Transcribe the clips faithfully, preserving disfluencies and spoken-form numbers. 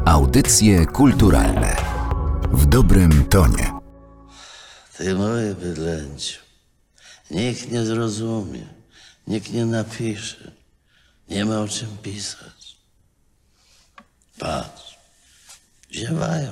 Audycje kulturalne w dobrym tonie. Ty moje bydlęciu, nikt nie zrozumie, nikt nie napisze, nie ma o czym pisać. Patrz, ziewają.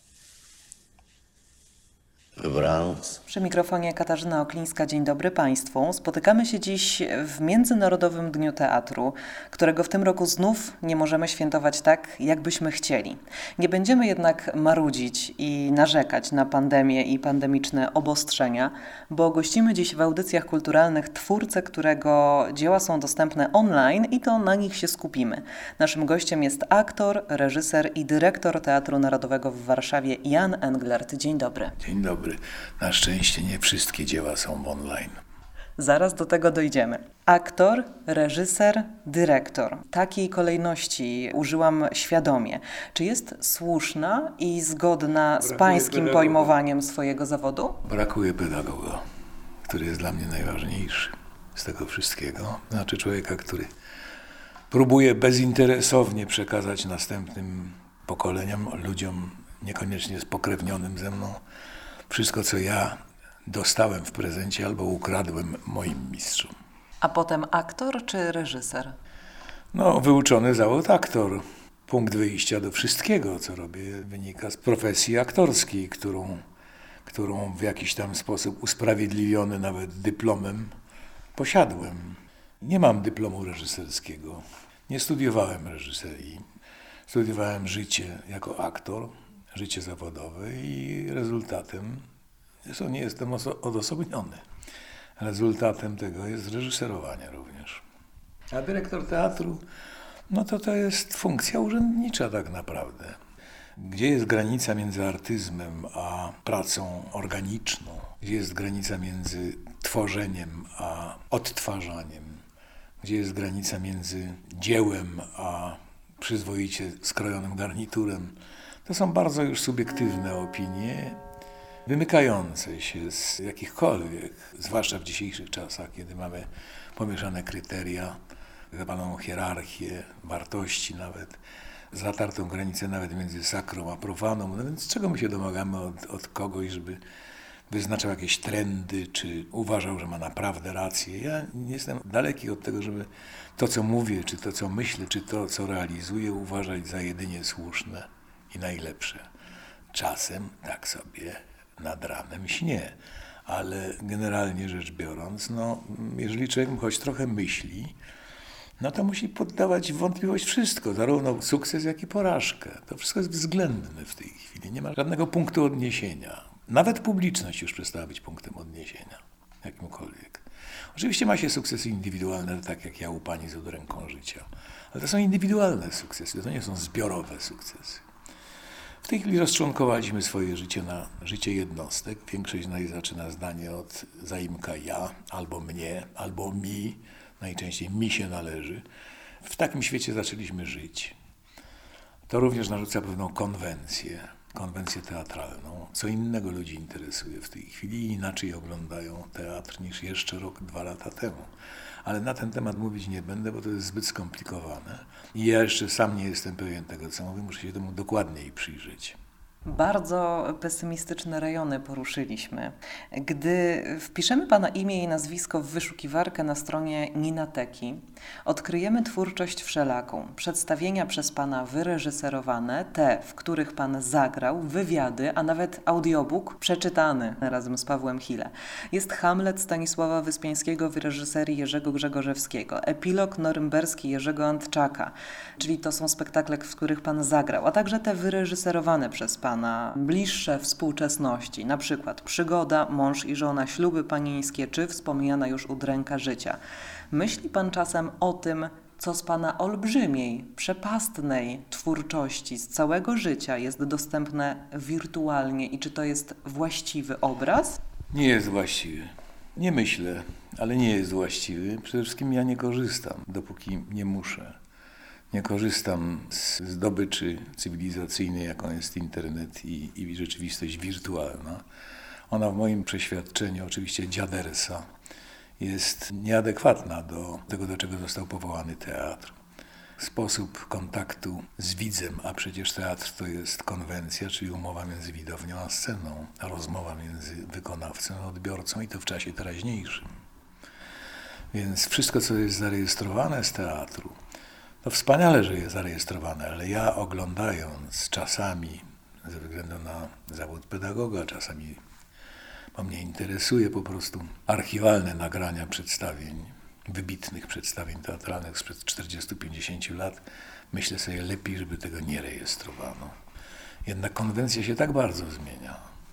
Dobranoc. Przy mikrofonie Katarzyna Oklińska. Dzień dobry Państwu. Spotykamy się dziś w Międzynarodowym Dniu Teatru, którego w tym roku znów nie możemy świętować tak, jak byśmy chcieli. Nie będziemy jednak marudzić i narzekać na pandemię i pandemiczne obostrzenia, bo gościmy dziś w audycjach kulturalnych twórcę, którego dzieła są dostępne online i to na nich się skupimy. Naszym gościem jest aktor, reżyser i dyrektor Teatru Narodowego w Warszawie Jan Englert. Dzień dobry. Dzień dobry. Na szczęście nie wszystkie dzieła są online. Zaraz do tego dojdziemy. Aktor, reżyser, dyrektor. Takiej kolejności użyłam świadomie. Czy jest słuszna i zgodna Brakuje z pańskim pedagoga. pojmowaniem swojego zawodu? Brakuje pedagoga, który jest dla mnie najważniejszy z tego wszystkiego. Znaczy człowieka, który próbuje bezinteresownie przekazać następnym pokoleniom, ludziom niekoniecznie spokrewnionym ze mną, wszystko, co ja dostałem w prezencie albo ukradłem moim mistrzom. A potem aktor czy reżyser? No, wyuczony zawód aktor. Punkt wyjścia do wszystkiego, co robię, wynika z profesji aktorskiej, którą, którą w jakiś tam sposób usprawiedliwiony nawet dyplomem posiadłem. Nie mam dyplomu reżyserskiego. Nie studiowałem reżyserii. Studiowałem życie jako aktor, życie zawodowe i rezultatem, zresztą nie jestem oso- odosobniony, rezultatem tego jest reżyserowanie również. A dyrektor teatru, no to to jest funkcja urzędnicza tak naprawdę. Gdzie jest granica między artyzmem a pracą organiczną? Gdzie jest granica między tworzeniem a odtwarzaniem? Gdzie jest granica między dziełem a przyzwoicie skrojonym garniturem? To są bardzo już subiektywne opinie, wymykające się z jakichkolwiek, zwłaszcza w dzisiejszych czasach, kiedy mamy pomieszane kryteria, zapaną hierarchię, wartości nawet, zatartą granicę nawet między sakrą a profaną. No więc czego my się domagamy od, od kogoś, żeby wyznaczał jakieś trendy, czy uważał, że ma naprawdę rację. Ja jestem daleki od tego, żeby to, co mówię, czy to, co myślę, czy to, co realizuję, uważać za jedynie słuszne i najlepsze. Czasem tak sobie nad ranem śnię, ale generalnie rzecz biorąc, no, jeżeli człowiek choć trochę myśli, no to musi poddawać w wątpliwość wszystko, zarówno sukces, jak i porażkę. To wszystko jest względne w tej chwili, nie ma żadnego punktu odniesienia. Nawet publiczność już przestała być punktem odniesienia, jakimkolwiek. Oczywiście ma się sukcesy indywidualne, tak jak ja u pani z od ręką życia, ale to są indywidualne sukcesy, to nie są zbiorowe sukcesy. W tej chwili rozczłonkowaliśmy swoje życie na życie jednostek. Większość z nas zaczyna zdanie od zaimka ja, albo mnie, albo mi. Najczęściej mi się należy. W takim świecie zaczęliśmy żyć. To również narzuca pewną konwencję, konwencję teatralną. Co innego ludzi interesuje w tej chwili i inaczej oglądają teatr niż jeszcze rok, dwa lata temu. Ale na ten temat mówić nie będę, bo to jest zbyt skomplikowane. I ja jeszcze sam nie jestem pewien tego, co mówię, muszę się temu dokładniej przyjrzeć. Bardzo pesymistyczne rejony poruszyliśmy. Gdy wpiszemy Pana imię i nazwisko w wyszukiwarkę na stronie Ninateki, odkryjemy twórczość wszelaką. Przedstawienia przez Pana wyreżyserowane, te, w których Pan zagrał, wywiady, a nawet audiobook przeczytany razem z Pawłem Hille. Jest Hamlet Stanisława Wyspiańskiego w reżyserii Jerzego Grzegorzewskiego, epilog norymberski Jerzego Antczaka, czyli to są spektakle, w których Pan zagrał, a także te wyreżyserowane przez Pana, bliższe współczesności, na przykład Przygoda, Mąż i żona, Śluby panieńskie, czy wspomniana już Udręka życia. Myśli Pan czasem o tym, co z Pana olbrzymiej, przepastnej twórczości, z całego życia jest dostępne wirtualnie i czy to jest właściwy obraz? Nie jest właściwy. Nie myślę, ale nie jest właściwy. Przede wszystkim ja nie korzystam, dopóki nie muszę. Nie korzystam z zdobyczy cywilizacyjnej, jaką jest internet i, i rzeczywistość wirtualna. Ona w moim przeświadczeniu, oczywiście dziadersa, jest nieadekwatna do tego, do czego został powołany teatr. sposób kontaktu z widzem, a przecież teatr to jest konwencja, czyli umowa między widownią a sceną, a rozmowa między wykonawcą a odbiorcą i to w czasie teraźniejszym. Więc wszystko, co jest zarejestrowane z teatru, to wspaniale, że jest zarejestrowane, ale ja oglądając czasami, ze względu na zawód pedagoga, czasami, bo mnie interesuje po prostu archiwalne nagrania przedstawień, wybitnych przedstawień teatralnych sprzed czterdziestu pięćdziesięciu lat, myślę sobie, lepiej, żeby tego nie rejestrowano. Jednak konwencja się tak bardzo zmienia,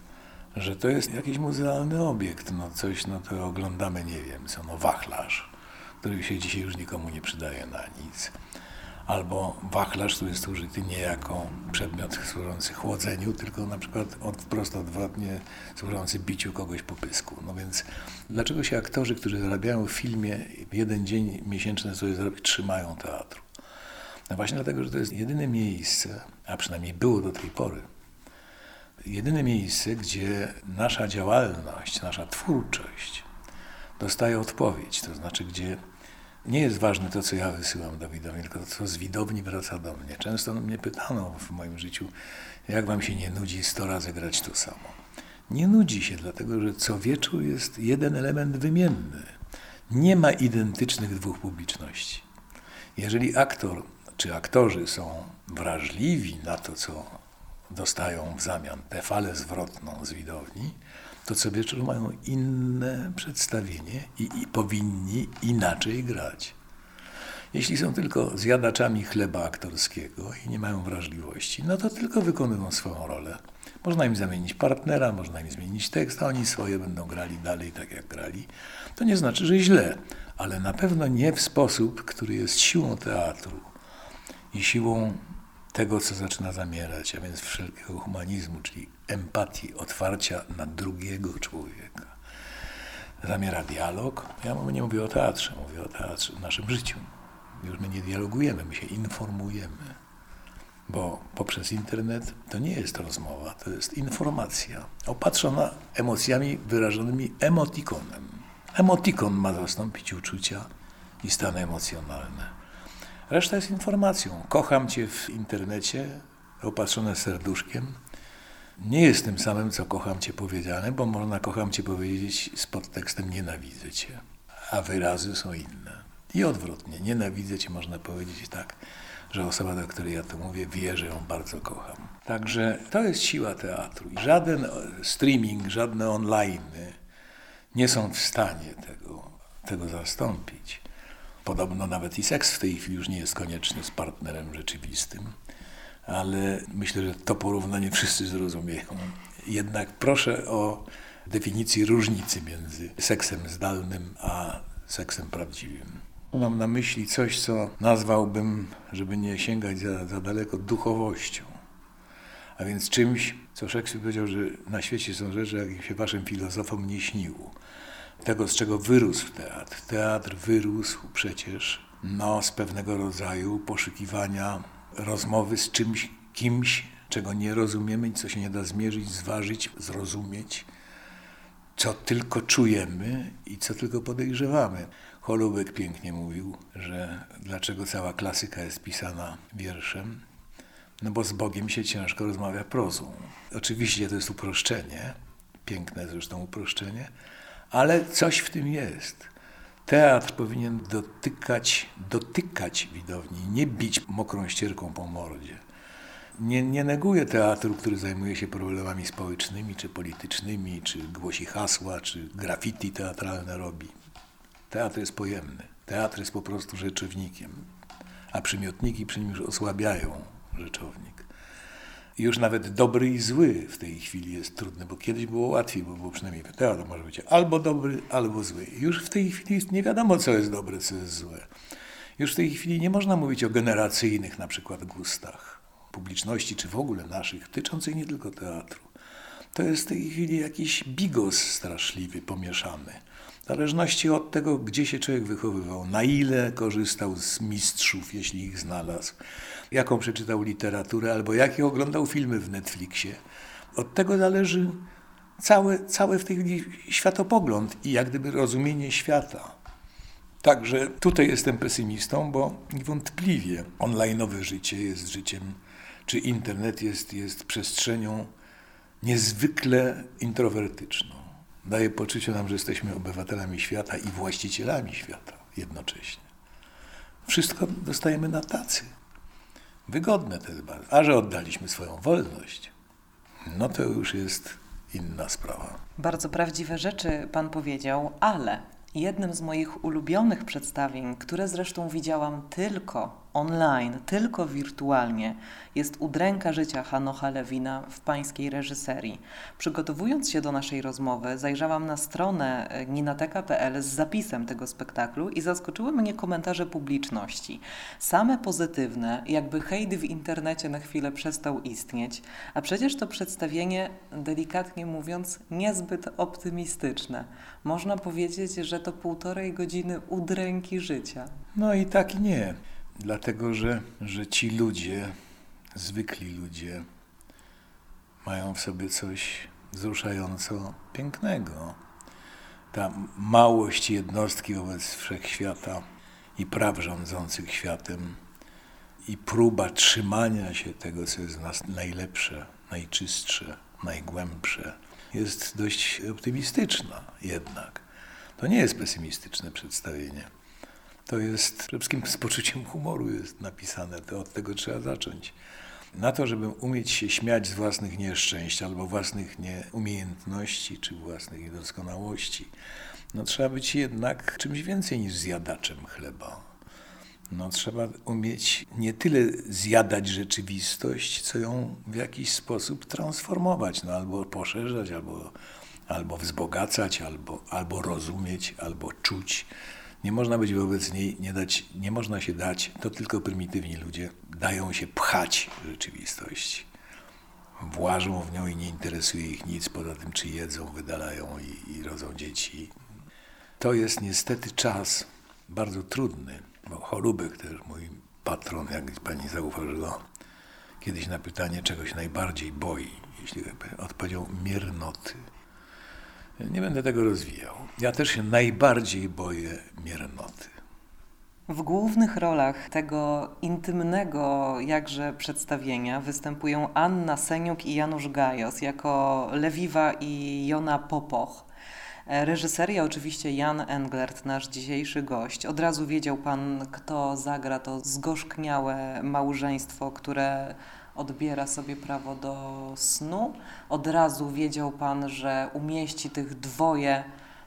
że to jest jakiś muzealny obiekt, no coś, no to oglądamy, nie wiem co, no wachlarz, który się dzisiaj już nikomu nie przydaje na nic. Albo wachlarz, który jest użyty nie jako przedmiot służący chłodzeniu, tylko na przykład od, wprost odwrotnie służący biciu kogoś po pysku. No więc dlaczego się aktorzy, którzy zarabiają w filmie jeden dzień miesięczny sobie zrobić, trzymają teatru? No właśnie dlatego, że to jest jedyne miejsce, a przynajmniej było do tej pory, jedyne miejsce, gdzie nasza działalność, nasza twórczość dostaje odpowiedź, to znaczy gdzie nie jest ważne to, co ja wysyłam do widowni, tylko to, co z widowni wraca do mnie. Często mnie pytano w moim życiu, jak wam się nie nudzi sto razy grać to samo. Nie nudzi się, dlatego że co wieczór jest jeden element wymienny. Nie ma identycznych dwóch publiczności. Jeżeli aktor czy aktorzy są wrażliwi na to, co dostają w zamian, tę falę zwrotną z widowni, to co wieczór mają inne przedstawienie i, i powinni inaczej grać. Jeśli są tylko zjadaczami chleba aktorskiego i nie mają wrażliwości, no to tylko wykonują swoją rolę. Można im zamienić partnera, można im zmienić tekst, a oni swoje będą grali dalej tak jak grali. To nie znaczy, że źle, ale na pewno nie w sposób, który jest siłą teatru i siłą tego, co zaczyna zamierać, a więc wszelkiego humanizmu, czyli empatii, otwarcia na drugiego człowieka. Zamiera dialog. Ja nie mówię o teatrze, mówię o teatrze w naszym życiu. Już my nie dialogujemy, my się informujemy. Bo poprzez internet to nie jest rozmowa, to jest informacja opatrzona emocjami wyrażonymi emotikonem. Emotikon ma zastąpić uczucia i stany emocjonalne. Reszta jest informacją. Kocham cię w internecie, opatrzone serduszkiem. Nie jest tym samym, co kocham cię powiedziane, bo można kocham cię powiedzieć z podtekstem nienawidzę cię, a wyrazy są inne. I odwrotnie, nienawidzę cię można powiedzieć tak, że osoba, do której ja to mówię, wie, że ją bardzo kocham. Także to jest siła teatru. I żaden streaming, żadne online nie są w stanie tego, tego zastąpić. Podobno nawet i seks w tej chwili już nie jest konieczny z partnerem rzeczywistym, ale myślę, że to porównanie wszyscy zrozumieją. Jednak proszę o definicję różnicy między seksem zdalnym a seksem prawdziwym. Mam na myśli coś, co nazwałbym, żeby nie sięgać za, za daleko, duchowością. A więc czymś, co Szekspir powiedział, że na świecie są rzeczy, jakich się waszym filozofom nie śniło. Tego, z czego wyrósł teatr. Teatr wyrósł przecież no, z pewnego rodzaju poszukiwania rozmowy z czymś, kimś, czego nie rozumiemy, co się nie da zmierzyć, zważyć, zrozumieć, co tylko czujemy i co tylko podejrzewamy. Holubek pięknie mówił, że dlaczego cała klasyka jest pisana wierszem? No bo z Bogiem się ciężko rozmawia prozą. Oczywiście to jest uproszczenie, piękne zresztą uproszczenie, ale coś w tym jest. Teatr powinien dotykać, dotykać widowni, nie bić mokrą ścierką po mordzie. Nie, nie neguję teatru, który zajmuje się problemami społecznymi, czy politycznymi, czy głosi hasła, czy graffiti teatralne robi. Teatr jest pojemny. Teatr jest po prostu rzeczownikiem, a przymiotniki przy nim już osłabiają rzeczownik. I już nawet dobry i zły w tej chwili jest trudny, bo kiedyś było łatwiej, bo było przynajmniej teatr może być albo dobry, albo zły. Już w tej chwili nie wiadomo, co jest dobre, co jest złe. Już w tej chwili nie można mówić o generacyjnych na przykład gustach publiczności, czy w ogóle naszych, tyczących nie tylko teatru. To jest w tej chwili jakiś bigos straszliwy, pomieszany. W zależności od tego, gdzie się człowiek wychowywał, na ile korzystał z mistrzów, jeśli ich znalazł, jaką przeczytał literaturę, albo jakie oglądał filmy w Netflixie. Od tego zależy cały, cały w tej chwili światopogląd i jak gdyby rozumienie świata. Także tutaj jestem pesymistą, bo niewątpliwie online'owe życie jest życiem, czy internet jest, jest przestrzenią niezwykle introwertyczną. Daje poczucie nam, że jesteśmy obywatelami świata i właścicielami świata jednocześnie. Wszystko dostajemy na tacy. Wygodne to jest bardzo. A że oddaliśmy swoją wolność, no to już jest inna sprawa. Bardzo prawdziwe rzeczy pan powiedział, ale jednym z moich ulubionych przedstawień, które zresztą widziałam tylko online, tylko wirtualnie, jest Udręka życia Hanocha Lewina w pańskiej reżyserii. Przygotowując się do naszej rozmowy, zajrzałam na stronę ninateka kropka pe el z zapisem tego spektaklu i zaskoczyły mnie komentarze publiczności. Same pozytywne, jakby hejt w internecie na chwilę przestał istnieć, a przecież to przedstawienie, delikatnie mówiąc, niezbyt optymistyczne. Można powiedzieć, że to półtorej godziny udręki życia. No i tak i nie. Dlatego, że, że ci ludzie, zwykli ludzie, mają w sobie coś wzruszająco pięknego. Ta małość jednostki wobec wszechświata i praw rządzących światem i próba trzymania się tego, co jest w nas najlepsze, najczystsze, najgłębsze, jest dość optymistyczna jednak. To nie jest pesymistyczne przedstawienie. To jest przede wszystkim z poczuciem humoru jest napisane, to od tego trzeba zacząć. Na to, żeby umieć się śmiać z własnych nieszczęść albo własnych nieumiejętności czy własnych niedoskonałości, no trzeba być jednak czymś więcej niż zjadaczem chleba. No trzeba umieć nie tyle zjadać rzeczywistość, co ją w jakiś sposób transformować, no albo poszerzać, albo, albo wzbogacać, albo, albo rozumieć, albo czuć. Nie można być wobec niej, nie, dać, nie można się dać, to tylko prymitywni ludzie dają się pchać rzeczywistości. Włażą w nią i nie interesuje ich nic poza tym, czy jedzą, wydalają i, i rodzą dzieci. To jest niestety czas bardzo trudny, bo Chorubek też, mój patron, jak pani zauważyła, kiedyś na pytanie, czego się najbardziej boi, jeśli odpowiedział miernoty. Nie będę tego rozwijał. Ja też się najbardziej boję miernoty. W głównych rolach tego intymnego jakże przedstawienia występują Anna Seniuk i Janusz Gajos jako Lewiwa i Jona Popoch. Reżyseria oczywiście Jan Englert, nasz dzisiejszy gość. Od razu wiedział pan, kto zagra to zgorzkniałe małżeństwo, które odbiera sobie prawo do snu. Od razu wiedział pan, że umieści tych dwoje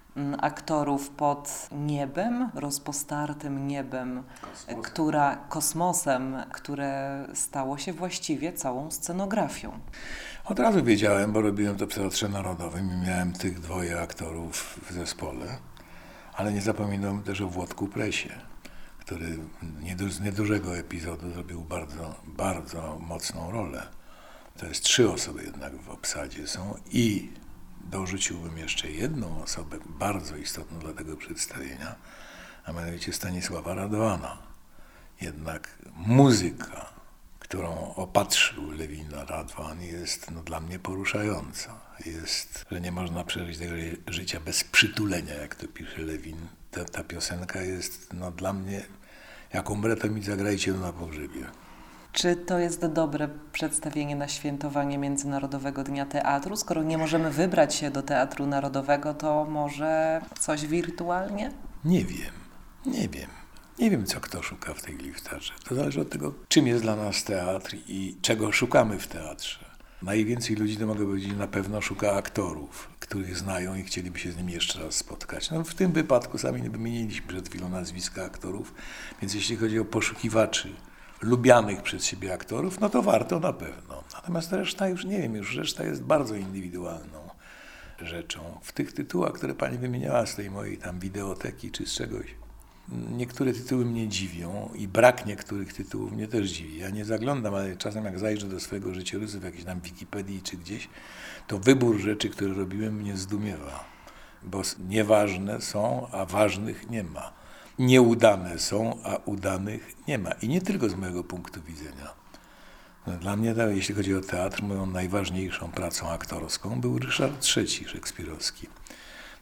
aktorów pod niebem, rozpostartym niebem, kosmosem. Która, kosmosem, które stało się właściwie całą scenografią. Od razu wiedziałem, bo robiłem to w Teatrze Narodowym i miałem tych dwoje aktorów w zespole, ale nie zapominam też o Włodku Presie, który z niedużego epizodu zrobił bardzo, bardzo mocną rolę. To jest trzy osoby jednak w obsadzie są i dorzuciłbym jeszcze jedną osobę bardzo istotną dla tego przedstawienia, a mianowicie Stanisława Radwana. Jednak muzyka, którą opatrzył Lewina Radwan, jest no, dla mnie poruszająca. Jest, że nie można przeżyć tego życia bez przytulenia, jak to pisze Lewin. Ta, ta piosenka jest no, dla mnie, jak umrę, to mi zagrajcie na pogrzebie. Czy to jest dobre przedstawienie na świętowanie Międzynarodowego Dnia Teatru? Skoro nie możemy wybrać się do Teatru Narodowego, to może coś wirtualnie? Nie wiem, nie wiem. Nie wiem, co kto szuka w tej liftarze. To zależy od tego, czym jest dla nas teatr i czego szukamy w teatrze. Najwięcej ludzi, to mogę powiedzieć, na pewno szuka aktorów, których znają i chcieliby się z nimi jeszcze raz spotkać. No, w tym wypadku sami wymieniliśmy przed chwilą nazwiska aktorów, więc jeśli chodzi o poszukiwaczy lubianych przez siebie aktorów, no to warto na pewno. Natomiast reszta już nie wiem, już reszta jest bardzo indywidualną rzeczą. W tych tytułach, które pani wymieniała z tej mojej tam wideoteki czy z czegoś, niektóre tytuły mnie dziwią i brak niektórych tytułów mnie też dziwi. Ja nie zaglądam, ale czasem jak zajrzę do swojego życiorysu w jakiejś tam Wikipedii czy gdzieś, to wybór rzeczy, które robiłem, mnie zdumiewa. Bo nieważne są, a ważnych nie ma. Nieudane są, a udanych nie ma. I nie tylko z mojego punktu widzenia. Dla mnie, jeśli chodzi o teatr, moją najważniejszą pracą aktorską był Ryszard trzeci szekspirowski.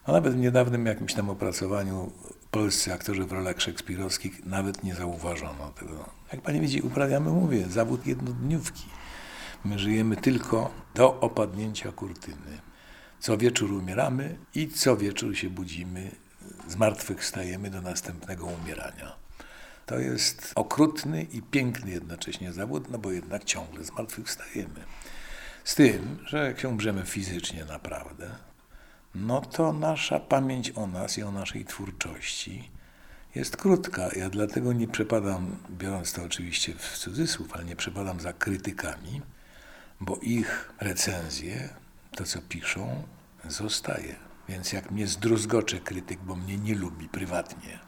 A nawet w niedawnym jakimś tam opracowaniu polscy aktorzy w rolach szekspirowskich nawet nie zauważono tego. Jak pani widzi, uprawiamy, mówię, zawód jednodniówki. My żyjemy tylko do opadnięcia kurtyny. Co wieczór umieramy i co wieczór się budzimy, zmartwychwstajemy do następnego umierania. To jest okrutny i piękny jednocześnie zawód, no bo jednak ciągle zmartwychwstajemy. Z tym, że jak się umrzemy fizycznie naprawdę, no to nasza pamięć o nas i o naszej twórczości jest krótka. Ja dlatego nie przepadam, biorąc to oczywiście w cudzysłów, ale nie przepadam za krytykami, bo ich recenzje, to co piszą, zostaje. Więc jak mnie zdruzgocze krytyk, bo mnie nie lubi prywatnie,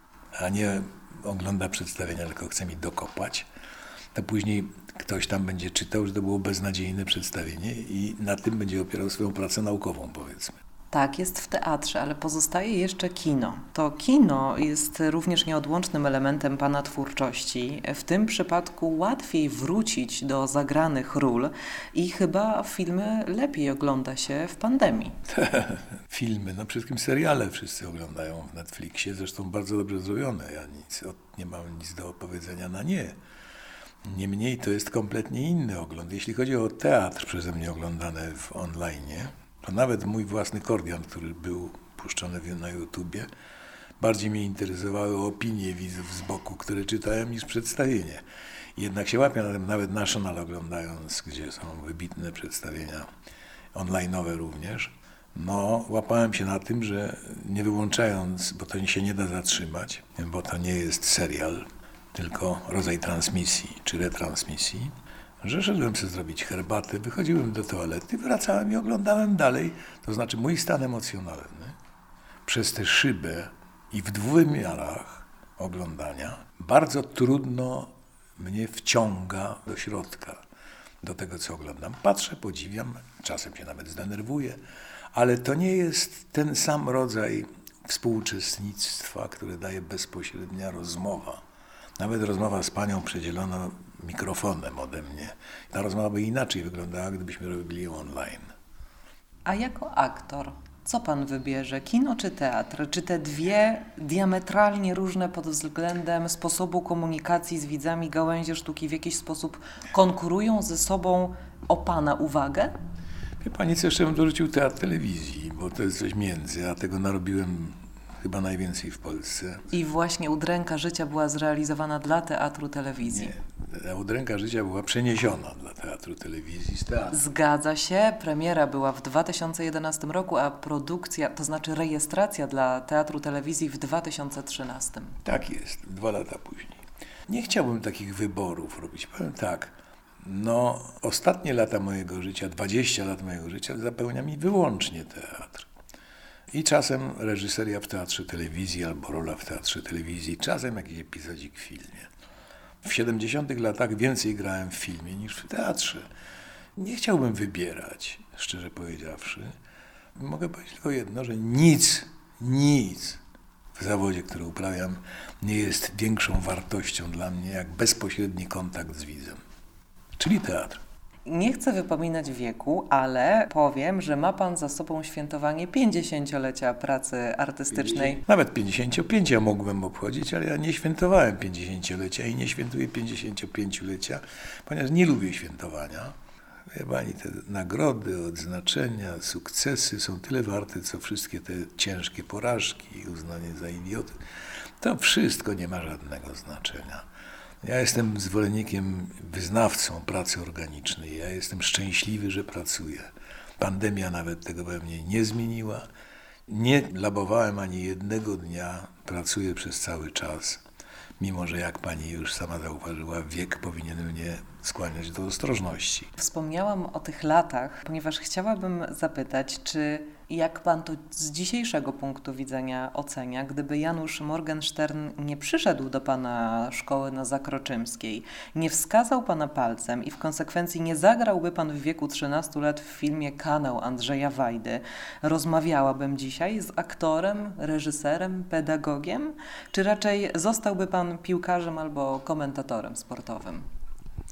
a nie ogląda przedstawienia, tylko chce mi dokopać, to później ktoś tam będzie czytał, że to było beznadziejne przedstawienie i na tym będzie opierał swoją pracę naukową, powiedzmy. Tak, jest w teatrze, ale pozostaje jeszcze kino. To kino jest również nieodłącznym elementem pana twórczości. W tym przypadku łatwiej wrócić do zagranych ról i chyba filmy lepiej ogląda się w pandemii. Filmy, no przede wszystkim seriale wszyscy oglądają w Netflixie, zresztą bardzo dobrze zrobione. Ja nic, nie mam nic do opowiedzenia na nie. Niemniej to jest kompletnie inny ogląd. Jeśli chodzi o teatr przeze mnie oglądany w online, to nawet mój własny Kordian, który był puszczony na YouTubie, bardziej mnie interesowały opinie widzów z boku, które czytałem, niż przedstawienie. Jednak się łapię na tym, nawet National oglądając, gdzie są wybitne przedstawienia online'owe również, no łapałem się na tym, że nie wyłączając, bo to się nie da zatrzymać, bo to nie jest serial, tylko rodzaj transmisji czy retransmisji, że szedłem sobie zrobić herbatę, wychodziłem do toalety, wracałem i oglądałem dalej. To znaczy mój stan emocjonalny przez tę szybę i w dwuwymiarach oglądania bardzo trudno mnie wciąga do środka, do tego, co oglądam. Patrzę, podziwiam, czasem się nawet zdenerwuję, ale to nie jest ten sam rodzaj współuczestnictwa, który daje bezpośrednia rozmowa. Nawet rozmowa z panią przedzielona mikrofonem ode mnie. Ta rozmowa by inaczej wyglądała, gdybyśmy robili ją online. A jako aktor, co pan wybierze? Kino czy teatr? Czy te dwie diametralnie różne pod względem sposobu komunikacji z widzami gałęzie sztuki w jakiś sposób konkurują ze sobą o pana uwagę? Wie pani co, jeszcze bym dorzucił teatr telewizji, bo to jest coś między, a tego narobiłem chyba najwięcej w Polsce. I właśnie Udręka życia była zrealizowana dla teatru telewizji. Nie, Udręka życia była przeniesiona dla teatru telewizji z teatru. Zgadza się, premiera była w dwa tysiące jedenastym roku, a produkcja, to znaczy rejestracja dla teatru telewizji w dwa tysiące trzynastym. Tak jest, dwa lata później. Nie chciałbym takich wyborów robić, powiem tak. No, ostatnie lata mojego życia, dwadzieścia lat mojego życia zapełnia mi wyłącznie teatr. I czasem reżyseria w teatrze telewizji albo rola w teatrze telewizji, czasem jakiś epizodzik w filmie. W siedemdziesiątych latach więcej grałem w filmie niż w teatrze. Nie chciałbym wybierać, szczerze powiedziawszy. Mogę powiedzieć tylko jedno, że nic, nic w zawodzie, który uprawiam, nie jest większą wartością dla mnie jak bezpośredni kontakt z widzem. Czyli teatr. Nie chcę wypominać wieku, ale powiem, że ma pan za sobą świętowanie pięćdziesięciolecia pracy artystycznej. Nawet pięćdziesięciopięć ja mógłbym obchodzić, ale ja nie świętowałem pięćdziesięciolecia i nie świętuję pięćdziesięciopięciolecia, ponieważ nie lubię świętowania. Wie pani, te nagrody, odznaczenia, sukcesy są tyle warte, co wszystkie te ciężkie porażki, uznanie za idioty. To wszystko nie ma żadnego znaczenia. Ja jestem zwolennikiem, wyznawcą pracy organicznej. Ja jestem szczęśliwy, że pracuję. Pandemia nawet tego we mnie nie zmieniła. Nie labowałem ani jednego dnia, pracuję przez cały czas. Mimo że, jak pani już sama zauważyła, wiek powinien mnie skłaniać do ostrożności. Wspomniałam o tych latach, ponieważ chciałabym zapytać, czy jak pan to z dzisiejszego punktu widzenia ocenia, gdyby Janusz Morgenstern nie przyszedł do pana szkoły na Zakroczymskiej, nie wskazał pana palcem i w konsekwencji nie zagrałby pan w wieku trzynastu lat w filmie Kanał Andrzeja Wajdy, rozmawiałabym dzisiaj z aktorem, reżyserem, pedagogiem, czy raczej zostałby pan piłkarzem albo komentatorem sportowym?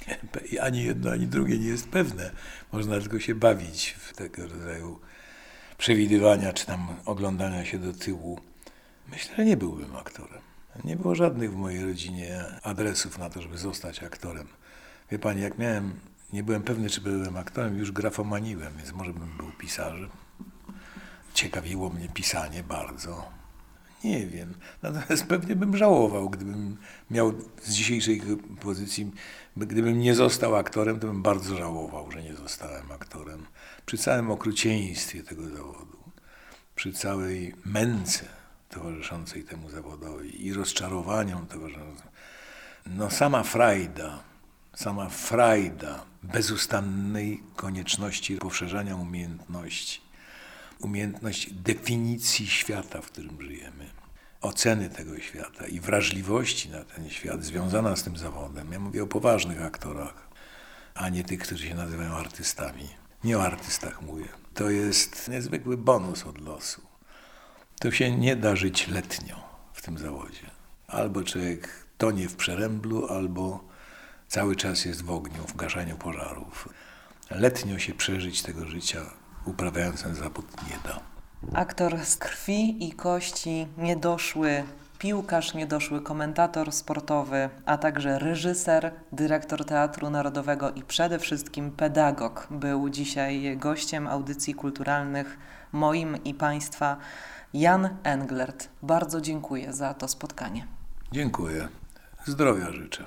Ani jedno, ani drugie nie jest pewne. Można tylko się bawić w tego rodzaju przewidywania czy tam oglądania się do tyłu, myślę, że nie byłbym aktorem. Nie było żadnych w mojej rodzinie adresów na to, żeby zostać aktorem. Wie pani, jak miałem, nie byłem pewny, czy byłem aktorem, już grafomaniłem, więc może bym był pisarzem. Ciekawiło mnie pisanie bardzo. Nie wiem, natomiast pewnie bym żałował, gdybym miał z dzisiejszej pozycji, gdybym nie został aktorem, to bym bardzo żałował, że nie zostałem aktorem. Przy całym okrucieństwie tego zawodu, przy całej męce towarzyszącej temu zawodowi i rozczarowaniom towarzyszącym. No sama frajda, sama frajda bezustannej konieczności poszerzania umiejętności, umiejętność definicji świata, w którym żyjemy, oceny tego świata i wrażliwości na ten świat związana z tym zawodem. Ja mówię o poważnych aktorach, a nie tych, którzy się nazywają artystami. Nie o artystach mówię. To jest niezwykły bonus od losu. To się nie da żyć letnio w tym zawodzie. Albo człowiek tonie w przeręblu, albo cały czas jest w ogniu, w gaszeniu pożarów. Letnio się przeżyć tego życia, uprawiając ten zawód, nie da. Aktor z krwi i kości, niedoszły piłkarz, niedoszły komentator sportowy, a także reżyser, dyrektor Teatru Narodowego i przede wszystkim pedagog był dzisiaj gościem audycji kulturalnych moim i Państwa. Jan Englert. Bardzo dziękuję za to spotkanie. Dziękuję. Zdrowia życzę.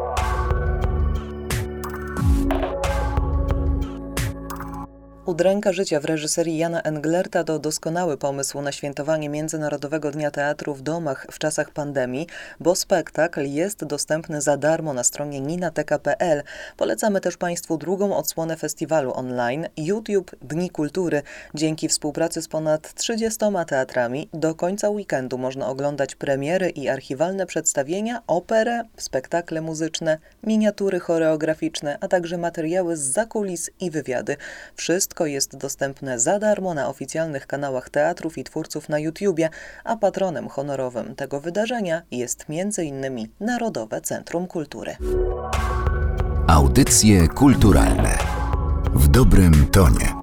Udręka życia w reżyserii Jana Englerta to doskonały pomysł na świętowanie Międzynarodowego Dnia Teatru w domach w czasach pandemii, bo spektakl jest dostępny za darmo na stronie ninateka kropka pe el. Polecamy też Państwu drugą odsłonę festiwalu online YouTube Dni Kultury. Dzięki współpracy z ponad trzydziestoma teatrami do końca weekendu można oglądać premiery i archiwalne przedstawienia, operę, spektakle muzyczne, miniatury choreograficzne, a także materiały z zakulis i wywiady. Wszystko jest dostępne za darmo na oficjalnych kanałach teatrów i twórców na YouTubie, a patronem honorowym tego wydarzenia jest między innymi Narodowe Centrum Kultury. Audycje kulturalne w dobrym tonie.